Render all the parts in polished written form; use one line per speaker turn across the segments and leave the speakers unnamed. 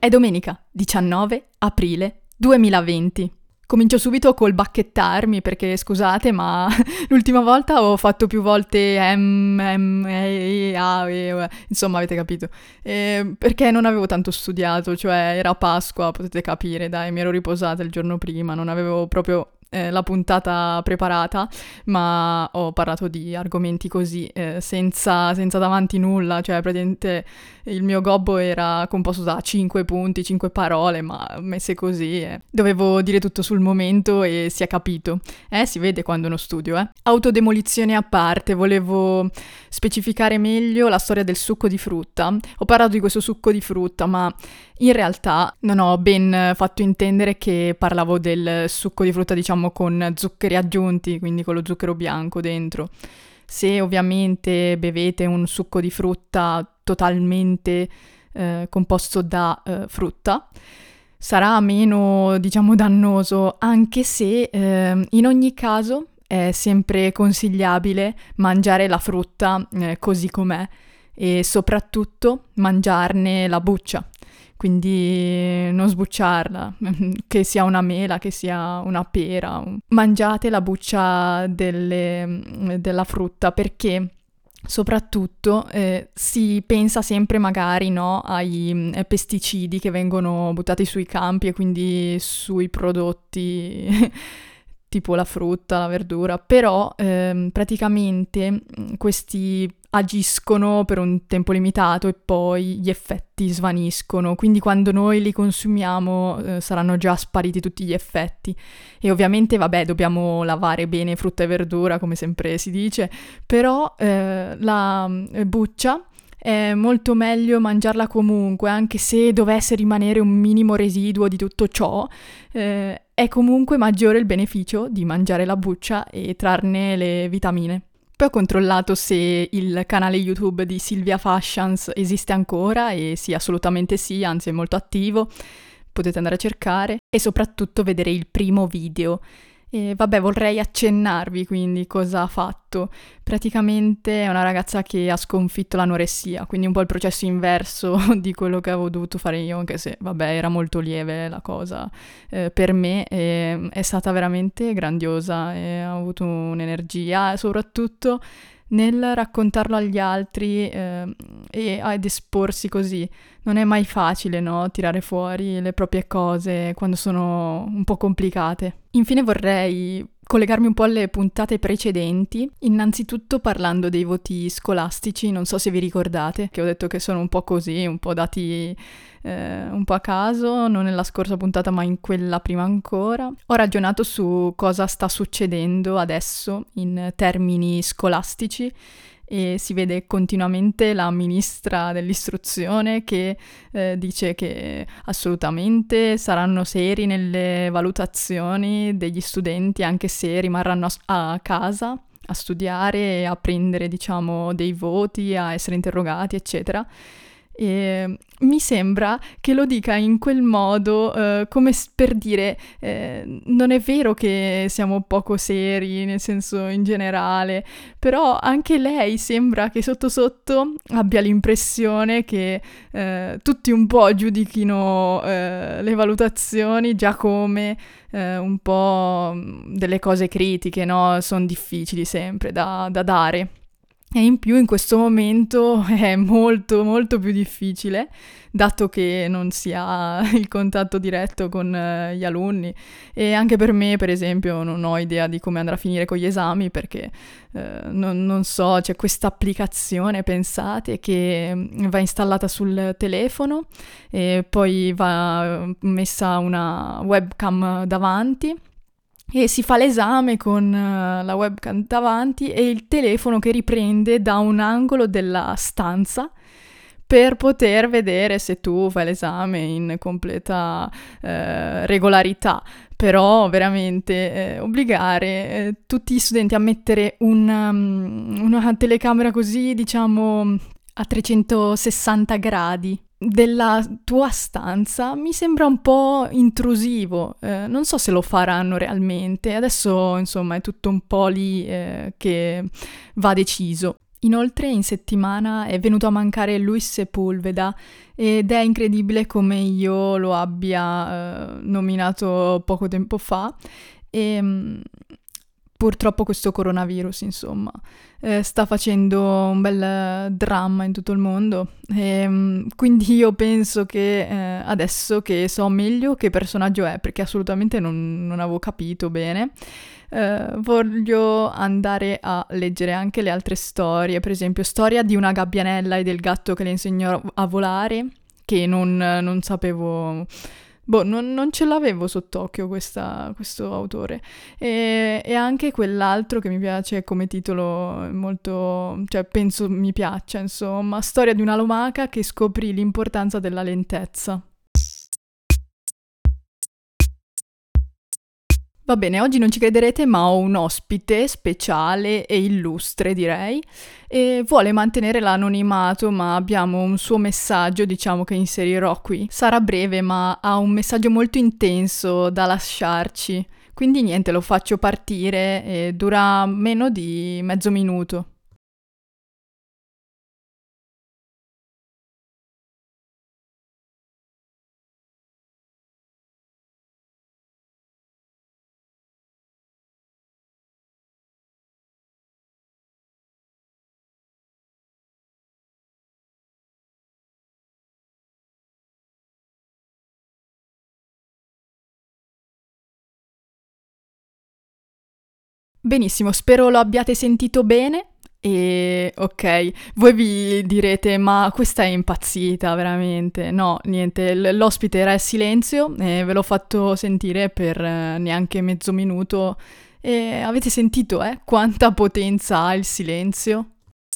È domenica 19 aprile 2020. Comincio subito col bacchettarmi perché scusate, ma l'ultima volta ho fatto più volte insomma avete capito. Perché non avevo tanto studiato, cioè era Pasqua, potete capire, dai, mi ero riposata il giorno prima, non avevo proprio la puntata preparata, ma ho parlato di argomenti così, senza davanti nulla, cioè praticamente il mio gobbo era composto da 5 punti, 5 parole, ma messe così, dovevo dire tutto sul momento e si è capito. Si vede quando uno studio, Autodemolizione a parte, volevo specificare meglio la storia del succo di frutta. Ho parlato di questo succo di frutta, ma in realtà non ho ben fatto intendere che parlavo del succo di frutta, diciamo, con zuccheri aggiunti, quindi con lo zucchero bianco dentro. Se ovviamente bevete un succo di frutta totalmente composto da frutta, sarà meno, diciamo, dannoso, anche se in ogni caso è sempre consigliabile mangiare la frutta così com'è e soprattutto mangiarne la buccia. Quindi non sbucciarla, che sia una mela, che sia una pera. Mangiate la buccia della frutta perché soprattutto si pensa sempre magari, no, ai pesticidi che vengono buttati sui campi e quindi sui prodotti tipo la frutta, la verdura, però praticamente questi agiscono per un tempo limitato e poi gli effetti svaniscono, quindi quando noi li consumiamo saranno già spariti tutti gli effetti. E ovviamente dobbiamo lavare bene frutta e verdura, come sempre si dice, però la buccia è molto meglio mangiarla comunque, anche se dovesse rimanere un minimo residuo di tutto ciò, è comunque maggiore il beneficio di mangiare la buccia e trarne le vitamine. Poi ho controllato se il canale YouTube di Silvia Fashions esiste ancora e sì, assolutamente sì, anzi è molto attivo, potete andare a cercare e soprattutto vedere il primo video. E vorrei accennarvi quindi cosa ha fatto. Praticamente è una ragazza che ha sconfitto l'anoressia, quindi un po' il processo inverso di quello che avevo dovuto fare io, anche se era molto lieve la cosa per me, è stata veramente grandiosa e ha avuto un'energia e soprattutto nel raccontarlo agli altri e ad esporsi così. Non è mai facile, no? Tirare fuori le proprie cose quando sono un po' complicate. Infine vorrei collegarmi un po' alle puntate precedenti, innanzitutto parlando dei voti scolastici, non so se vi ricordate, che ho detto che sono un po' così, un po' dati un po' a caso, non nella scorsa puntata ma in quella prima ancora. Ho ragionato su cosa sta succedendo adesso in termini scolastici e si vede continuamente la ministra dell'istruzione che dice che assolutamente saranno seri nelle valutazioni degli studenti anche se rimarranno a casa a studiare e a prendere, diciamo, dei voti, a essere interrogati, eccetera. E mi sembra che lo dica in quel modo come per dire non è vero che siamo poco seri, nel senso in generale, però anche lei sembra che sotto sotto abbia l'impressione che tutti un po' giudichino le valutazioni già come un po' delle cose critiche, no? Sono difficili sempre da dare. E in più in questo momento è molto molto più difficile, dato che non si ha il contatto diretto con gli alunni e anche per me, per esempio, non ho idea di come andrà a finire con gli esami perché non so, c'è questa applicazione, pensate, che va installata sul telefono e poi va messa una webcam davanti e si fa l'esame con la webcam davanti e il telefono che riprende da un angolo della stanza per poter vedere se tu fai l'esame in completa regolarità. Però veramente obbligare tutti gli studenti a mettere una telecamera così, diciamo, a 360 gradi della tua stanza mi sembra un po' intrusivo, non so se lo faranno realmente, adesso insomma è tutto un po' lì che va deciso. Inoltre in settimana è venuto a mancare Luis Sepulveda ed è incredibile come io lo abbia nominato poco tempo fa e purtroppo questo coronavirus, insomma, sta facendo un bel dramma in tutto il mondo e quindi io penso che adesso che so meglio che personaggio è, perché assolutamente non avevo capito bene, voglio andare a leggere anche le altre storie, per esempio storia di una gabbianella e del gatto che le insegnò a volare, che non sapevo. Non ce l'avevo sott'occhio questo autore. E anche quell'altro che mi piace come titolo molto, cioè penso mi piaccia, insomma, storia di una lumaca che scoprì l'importanza della lentezza. Va bene, oggi non ci crederete, ma ho un ospite speciale e illustre, direi, e vuole mantenere l'anonimato, ma abbiamo un suo messaggio, diciamo, che inserirò qui. Sarà breve, ma ha un messaggio molto intenso da lasciarci. Quindi niente, lo faccio partire e dura meno di mezzo minuto. Benissimo, spero lo abbiate sentito bene. E ok, voi vi direte, ma questa è impazzita, veramente. No, niente, l'ospite era in silenzio e ve l'ho fatto sentire per neanche mezzo minuto. E avete sentito, quanta potenza ha il silenzio?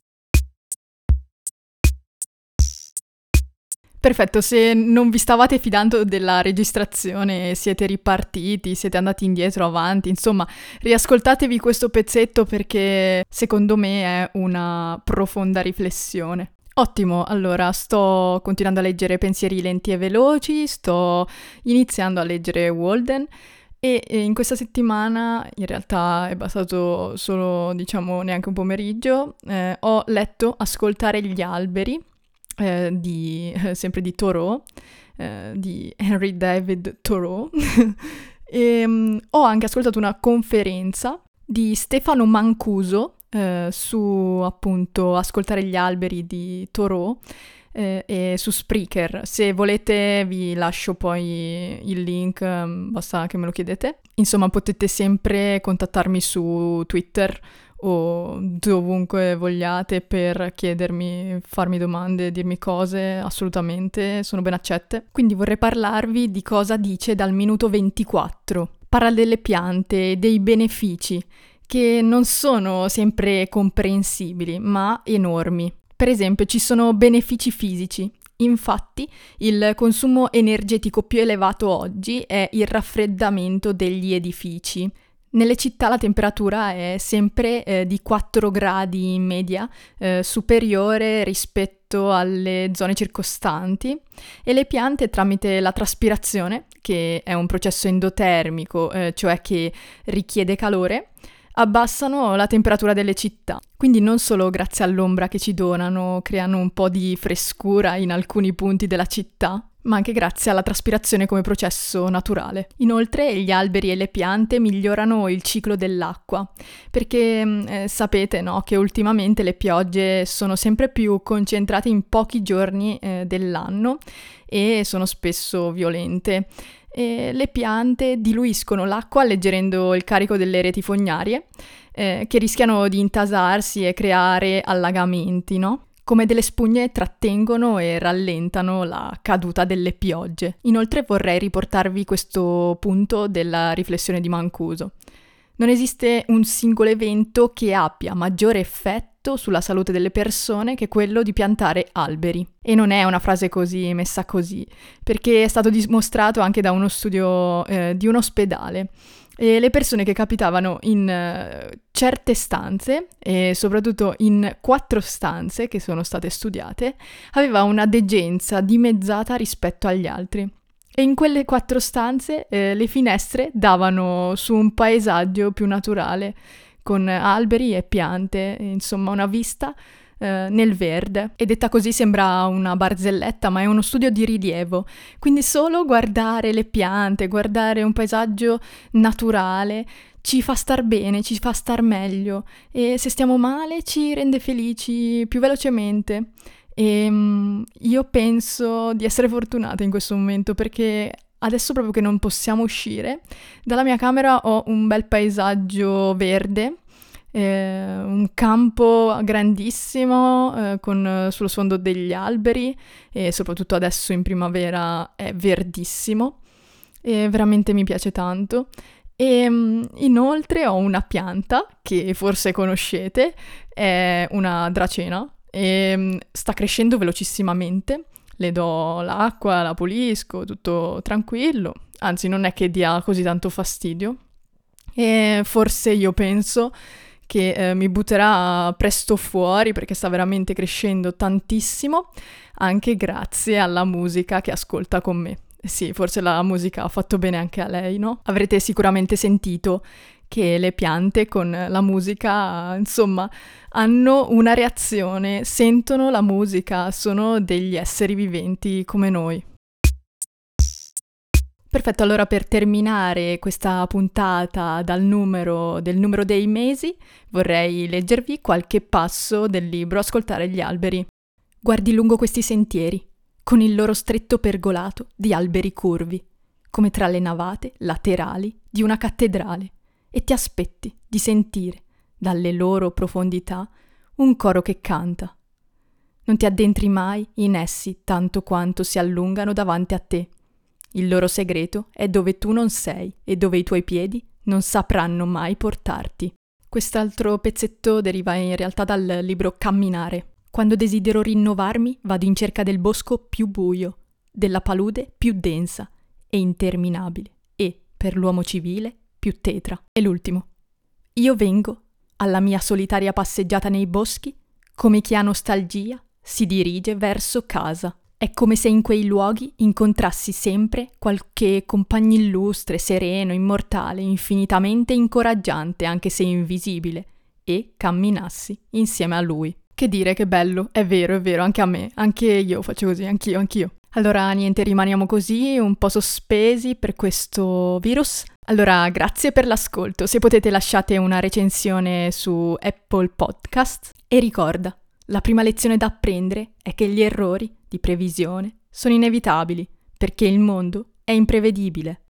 Perfetto, se non vi stavate fidando della registrazione, siete ripartiti, siete andati indietro, avanti, insomma, riascoltatevi questo pezzetto perché secondo me è una profonda riflessione. Ottimo, allora sto continuando a leggere Pensieri lenti e veloci, sto iniziando a leggere Walden e in questa settimana, in realtà è bastato solo, diciamo, neanche un pomeriggio, ho letto Ascoltare gli alberi sempre di Thoreau, di Henry David Thoreau. E ho anche ascoltato una conferenza di Stefano Mancuso su appunto Ascoltare gli alberi di Thoreau e su Spreaker. Se volete vi lascio poi il link, basta che me lo chiedete. Insomma, potete sempre contattarmi su Twitter o dovunque vogliate per chiedermi, farmi domande, dirmi cose, assolutamente, sono ben accette. Quindi vorrei parlarvi di cosa dice dal minuto 24. Parla delle piante e dei benefici, che non sono sempre comprensibili, ma enormi. Per esempio, ci sono benefici fisici. Infatti, il consumo energetico più elevato oggi è il raffreddamento degli edifici. Nelle città la temperatura è sempre di 4 gradi in media, superiore rispetto alle zone circostanti, e le piante tramite la traspirazione, che è un processo endotermico, cioè che richiede calore, abbassano la temperatura delle città. Quindi non solo grazie all'ombra che ci donano, creano un po' di frescura in alcuni punti della città, ma anche grazie alla traspirazione come processo naturale. Inoltre gli alberi e le piante migliorano il ciclo dell'acqua, perché sapete, no, che ultimamente le piogge sono sempre più concentrate in pochi giorni dell'anno e sono spesso violente. E le piante diluiscono l'acqua alleggerendo il carico delle reti fognarie, che rischiano di intasarsi e creare allagamenti, no? Come delle spugne trattengono e rallentano la caduta delle piogge. Inoltre vorrei riportarvi questo punto della riflessione di Mancuso. Non esiste un singolo evento che abbia maggiore effetto sulla salute delle persone che quello di piantare alberi. E non è una frase così messa così, perché è stato dimostrato anche da uno studio di un ospedale. E le persone che capitavano in certe stanze, e soprattutto in 4 stanze che sono state studiate, aveva una degenza dimezzata rispetto agli altri. E in quelle 4 stanze le finestre davano su un paesaggio più naturale, con alberi e piante, insomma una vista nel verde. E detta così sembra una barzelletta, ma è uno studio di rilievo. Quindi solo guardare le piante, guardare un paesaggio naturale ci fa star bene, ci fa star meglio, e se stiamo male ci rende felici più velocemente. E io penso di essere fortunata in questo momento, perché adesso proprio che non possiamo uscire, dalla mia camera ho un bel paesaggio verde, un campo grandissimo sullo sfondo degli alberi, e soprattutto adesso in primavera è verdissimo e veramente mi piace tanto. E inoltre ho una pianta che forse conoscete, è una dracena e sta crescendo velocissimamente. Le do l'acqua, la pulisco, tutto tranquillo, anzi non è che dia così tanto fastidio. E forse io penso che mi butterà presto fuori, perché sta veramente crescendo tantissimo, anche grazie alla musica che ascolta con me. Sì, forse la musica ha fatto bene anche a lei, no? Avrete sicuramente sentito che le piante con la musica, insomma, hanno una reazione, sentono la musica, sono degli esseri viventi come noi. Perfetto, allora per terminare questa puntata del numero dei mesi, vorrei leggervi qualche passo del libro Ascoltare gli alberi. Guardi lungo questi sentieri, con il loro stretto pergolato di alberi curvi, come tra le navate laterali di una cattedrale, e ti aspetti di sentire, dalle loro profondità, un coro che canta. Non ti addentri mai in essi tanto quanto si allungano davanti a te. Il loro segreto è dove tu non sei e dove i tuoi piedi non sapranno mai portarti. Quest'altro pezzetto deriva in realtà dal libro Camminare. Quando desidero rinnovarmi, vado in cerca del bosco più buio, della palude più densa e interminabile e, per l'uomo civile, più tetra. E l'ultimo. Io vengo, alla mia solitaria passeggiata nei boschi, come chi ha nostalgia si dirige verso casa. È come se in quei luoghi incontrassi sempre qualche compagno illustre, sereno, immortale, infinitamente incoraggiante, anche se invisibile, e camminassi insieme a lui. Che dire, che bello, è vero, anche a me, anche io faccio così, anch'io. Allora niente, rimaniamo così, un po' sospesi per questo virus. Allora, grazie per l'ascolto, se potete lasciate una recensione su Apple Podcast e ricorda, la prima lezione da apprendere è che gli errori di previsione sono inevitabili, perché il mondo è imprevedibile.